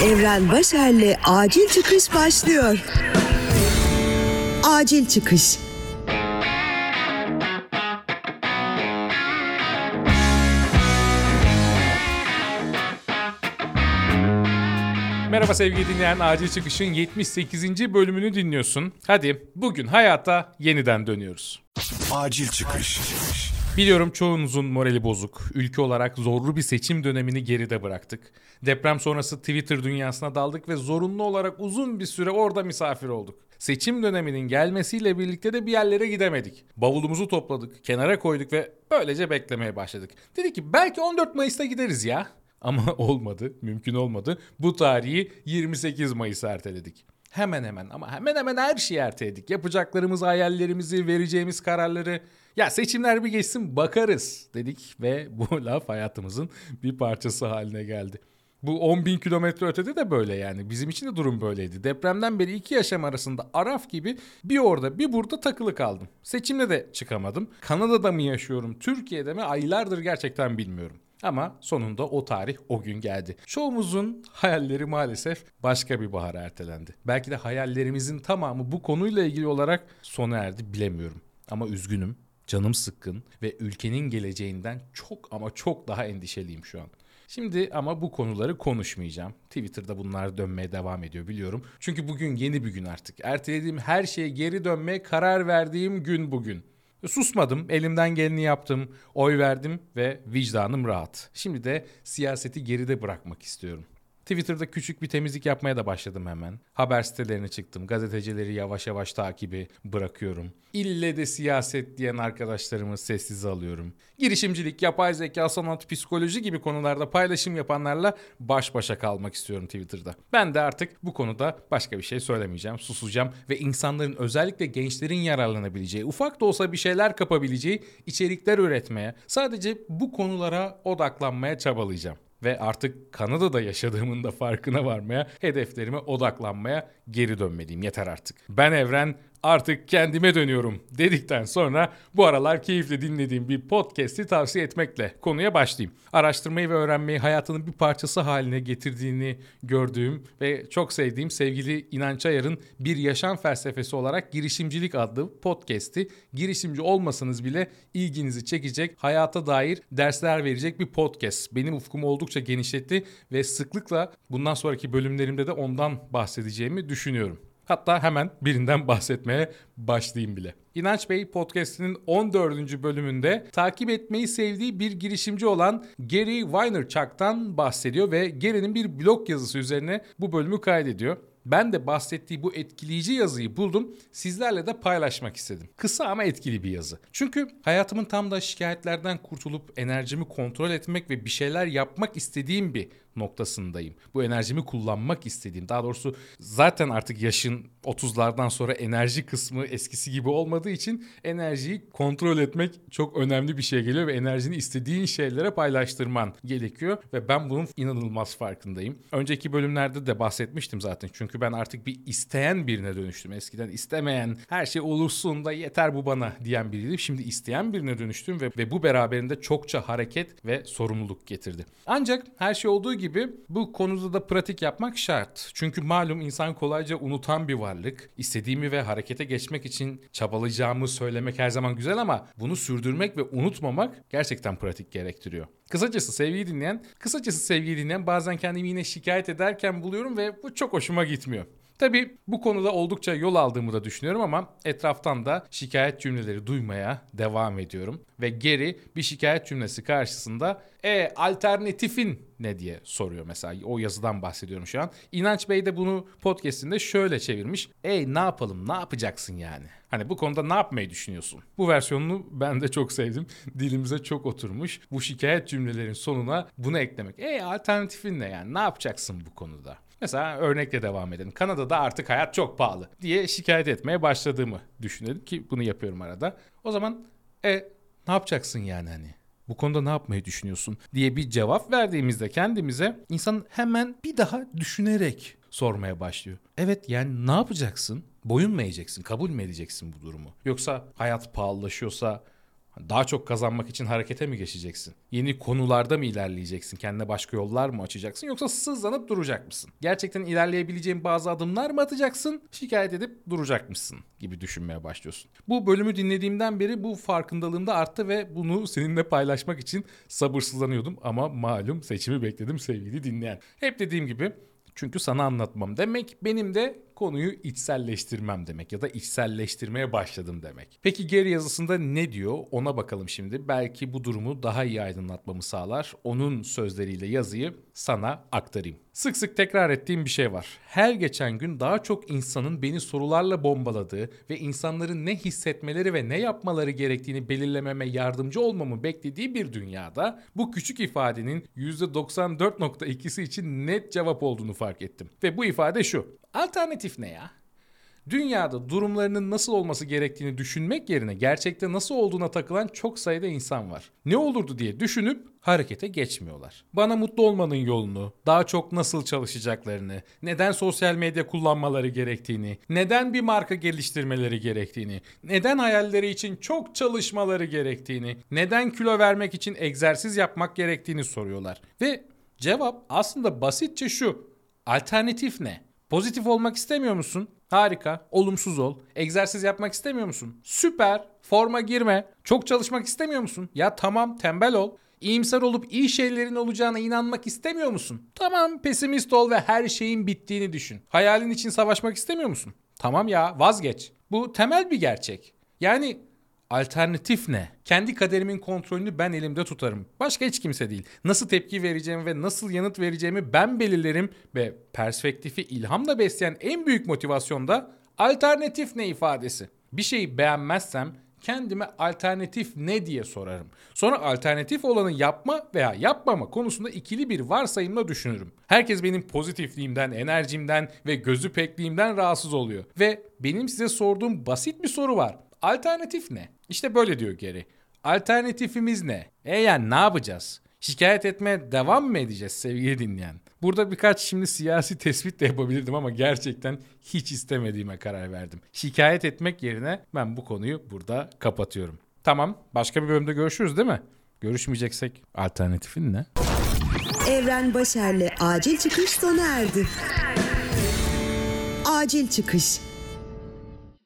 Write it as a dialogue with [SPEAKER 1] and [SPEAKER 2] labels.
[SPEAKER 1] Evren Başer'le Acil Çıkış başlıyor. Acil Çıkış.
[SPEAKER 2] Merhaba sevgili dinleyen, Acil Çıkış'ın 78. bölümünü dinliyorsun. Hadi bugün hayata yeniden dönüyoruz.
[SPEAKER 3] Acil Çıkış.
[SPEAKER 2] Biliyorum çoğunuzun morali bozuk. Ülke olarak zorlu bir seçim dönemini geride bıraktık. Deprem sonrası Twitter dünyasına daldık ve zorunlu olarak uzun bir süre orada misafir olduk. Seçim döneminin gelmesiyle birlikte de bir yerlere gidemedik. Bavulumuzu topladık, kenara koyduk ve böylece beklemeye başladık. Dedik ki belki 14 Mayıs'ta gideriz ya. Ama olmadı, mümkün olmadı. Bu tarihi 28 Mayıs'a erteledik. Hemen hemen her şeyi erteledik. Yapacaklarımızı, hayallerimizi, vereceğimiz kararları. Ya seçimler bir geçsin bakarız dedik ve bu laf hayatımızın bir parçası haline geldi. Bu 10.000 kilometre ötede de böyle yani. Bizim için de durum böyleydi. Depremden beri iki yaşam arasında Araf gibi bir orada bir burada takılı kaldım. Seçimle de çıkamadım. Kanada'da mı yaşıyorum, Türkiye'de mi aylardır gerçekten bilmiyorum. Ama sonunda o tarih o gün geldi. Çoğumuzun hayalleri maalesef başka bir bahara ertelendi. Belki de hayallerimizin tamamı bu konuyla ilgili olarak sona erdi, bilemiyorum. Ama üzgünüm, canım sıkkın ve ülkenin geleceğinden çok ama çok daha endişeliyim şu an. Şimdi ama bu konuları konuşmayacağım. Twitter'da bunlar dönmeye devam ediyor biliyorum. Çünkü bugün yeni bir gün artık. Ertelediğim her şeye geri dönmeye karar verdiğim gün bugün. Susmadım, elimden geleni yaptım, oy verdim ve vicdanım rahat. Şimdi de siyaseti geride bırakmak istiyorum. Twitter'da küçük bir temizlik yapmaya da başladım hemen. Haber sitelerine çıktım, gazetecileri yavaş yavaş takibi bırakıyorum. İlle de siyaset diyen arkadaşlarımı sessize alıyorum. Girişimcilik, yapay zeka, sanat, psikoloji gibi konularda paylaşım yapanlarla baş başa kalmak istiyorum Twitter'da. Ben de artık bu konuda başka bir şey söylemeyeceğim, susacağım ve insanların, özellikle gençlerin yararlanabileceği, ufak da olsa bir şeyler kapabileceği içerikler üretmeye, sadece bu konulara odaklanmaya çabalayacağım. Ve artık Kanada'da yaşadığımın da farkına varmaya, hedeflerime odaklanmaya geri dönmeliyim. Yeter artık. Ben Evren, artık kendime dönüyorum dedikten sonra bu aralar keyifle dinlediğim bir podcast'i tavsiye etmekle konuya başlayayım. Araştırmayı ve öğrenmeyi hayatının bir parçası haline getirdiğini gördüğüm ve çok sevdiğim sevgili İnanç Ayar'ın Bir Yaşam Felsefesi olarak Girişimcilik adlı podcast'i, girişimci olmasanız bile ilginizi çekecek, hayata dair dersler verecek bir podcast. Benim ufkumu oldukça genişletti ve sıklıkla bundan sonraki bölümlerimde de ondan bahsedeceğimi düşünüyorum. Hatta hemen birinden bahsetmeye başlayayım bile. İnanç Bey podcast'inin 14. bölümünde takip etmeyi sevdiği bir girişimci olan Gary Vaynerchuk'tan bahsediyor ve Gary'nin bir blog yazısı üzerine bu bölümü kaydediyor. Ben de bahsettiği bu etkileyici yazıyı buldum, sizlerle de paylaşmak istedim. Kısa ama etkili bir yazı. Çünkü hayatımın tam da şikayetlerden kurtulup enerjimi kontrol etmek ve bir şeyler yapmak istediğim bir noktasındayım. Bu enerjimi kullanmak istediğim, daha doğrusu zaten artık yaşın 30'lardan sonra enerji kısmı eskisi gibi olmadığı için enerjiyi kontrol etmek çok önemli bir şey geliyor ve enerjini istediğin şeylere paylaştırman gerekiyor ve ben bunun inanılmaz farkındayım. Önceki bölümlerde de bahsetmiştim zaten, çünkü ben artık bir isteyen birine dönüştüm. Eskiden istemeyen, her şey olursun da yeter bu bana diyen biriydim. Şimdi isteyen birine dönüştüm ve bu beraberinde çokça hareket ve sorumluluk getirdi. Ancak her şey olduğu gibi bu konuda da pratik yapmak şart. Çünkü malum insan kolayca unutan bir varlık. İstediğimi ve harekete geçmek için çabalayacağımı söylemek her zaman güzel ama bunu sürdürmek ve unutmamak gerçekten pratik gerektiriyor. Kısacası sevgili dinleyen bazen kendimi yine şikayet ederken buluyorum ve bu çok hoşuma gitmiyor. Tabii bu konuda oldukça yol aldığımı da düşünüyorum ama etraftan da şikayet cümleleri duymaya devam ediyorum. Ve Gary bir şikayet cümlesi karşısında alternatifin ne diye soruyor mesela. O yazıdan bahsediyorum şu an. İnanç Bey de bunu podcast'inde şöyle çevirmiş. Ne yapalım, ne yapacaksın yani? Hani bu konuda ne yapmayı düşünüyorsun? Bu versiyonunu ben de çok sevdim. Dilimize çok oturmuş. Bu şikayet cümlelerin sonuna bunu eklemek. Alternatifin ne yani? Ne yapacaksın bu konuda? Mesela örnekle devam edelim. Kanada'da artık hayat çok pahalı diye şikayet etmeye başladığımı düşünelim ki bunu yapıyorum arada. O zaman ne yapacaksın yani hani? Bu konuda ne yapmayı düşünüyorsun diye bir cevap verdiğimizde kendimize, insan hemen bir daha düşünerek sormaya başlıyor. Evet, yani ne yapacaksın? Boyun mu eğeceksin? Kabul mü edeceksin bu durumu? Yoksa hayat pahalılaşıyorsa Daha çok kazanmak için harekete mi geçeceksin? Yeni konularda mı ilerleyeceksin? Kendine başka yollar mı açacaksın? Yoksa sızlanıp duracak mısın? Gerçekten ilerleyebileceğin bazı adımlar mı atacaksın? Şikayet edip duracak mısın? Gibi düşünmeye başlıyorsun. Bu bölümü dinlediğimden beri bu farkındalığım da arttı ve bunu seninle paylaşmak için sabırsızlanıyordum. Ama malum seçimi bekledim sevgili dinleyen. Hep dediğim gibi, çünkü sana anlatmam demek benim de konuyu içselleştirmem demek ya da içselleştirmeye başladım demek. Peki geri yazısında ne diyor? Ona bakalım şimdi. Belki bu durumu daha iyi aydınlatmamı sağlar. Onun sözleriyle yazıyı sana aktarayım. Sık sık tekrar ettiğim bir şey var. Her geçen gün daha çok insanın beni sorularla bombaladığı ve insanların ne hissetmeleri ve ne yapmaları gerektiğini belirlememe yardımcı olmamı beklediği bir dünyada bu küçük ifadenin %94.2'si için net cevap olduğunu fark ettim. Ve bu ifade şu: alternatif ne ya? Dünyada durumlarının nasıl olması gerektiğini düşünmek yerine gerçekte nasıl olduğuna takılan çok sayıda insan var. Ne olurdu diye düşünüp harekete geçmiyorlar. Bana mutlu olmanın yolunu, daha çok nasıl çalışacaklarını, neden sosyal medya kullanmaları gerektiğini, neden bir marka geliştirmeleri gerektiğini, neden hayalleri için çok çalışmaları gerektiğini, neden kilo vermek için egzersiz yapmak gerektiğini soruyorlar. Ve cevap aslında basitçe şu: alternatif ne? Pozitif olmak istemiyor musun? Harika. Olumsuz ol. Egzersiz yapmak istemiyor musun? Süper. Forma girme. Çok çalışmak istemiyor musun? Ya tamam, tembel ol. İyimser olup iyi şeylerin olacağına inanmak istemiyor musun? Tamam, pesimist ol ve her şeyin bittiğini düşün. Hayalin için savaşmak istemiyor musun? Tamam ya, vazgeç. Bu temel bir gerçek. Yani alternatif ne? Kendi kaderimin kontrolünü ben elimde tutarım. Başka hiç kimse değil. Nasıl tepki vereceğimi ve nasıl yanıt vereceğimi ben belirlerim ve perspektifi ilhamla besleyen en büyük motivasyon da alternatif ne ifadesi. Bir şeyi beğenmezsem kendime alternatif ne diye sorarım. Sonra alternatif olanı yapma veya yapmama konusunda ikili bir varsayımla düşünürüm. Herkes benim pozitifliğimden, enerjimden ve gözü pekliğimden rahatsız oluyor. Ve benim size sorduğum basit bir soru var: alternatif ne? İşte böyle diyor Gary. Alternatifimiz ne? Yani ne yapacağız? Şikayet etmeye devam mı edeceğiz sevgili dinleyen? Burada birkaç şimdi siyasi tespit de yapabilirdim ama gerçekten hiç istemediğime karar verdim. Şikayet etmek yerine ben bu konuyu burada kapatıyorum. Tamam, başka bir bölümde görüşürüz değil mi? Görüşmeyeceksek alternatifin ne?
[SPEAKER 1] Evren Başer'le Acil Çıkış sona erdi. Acil Çıkış.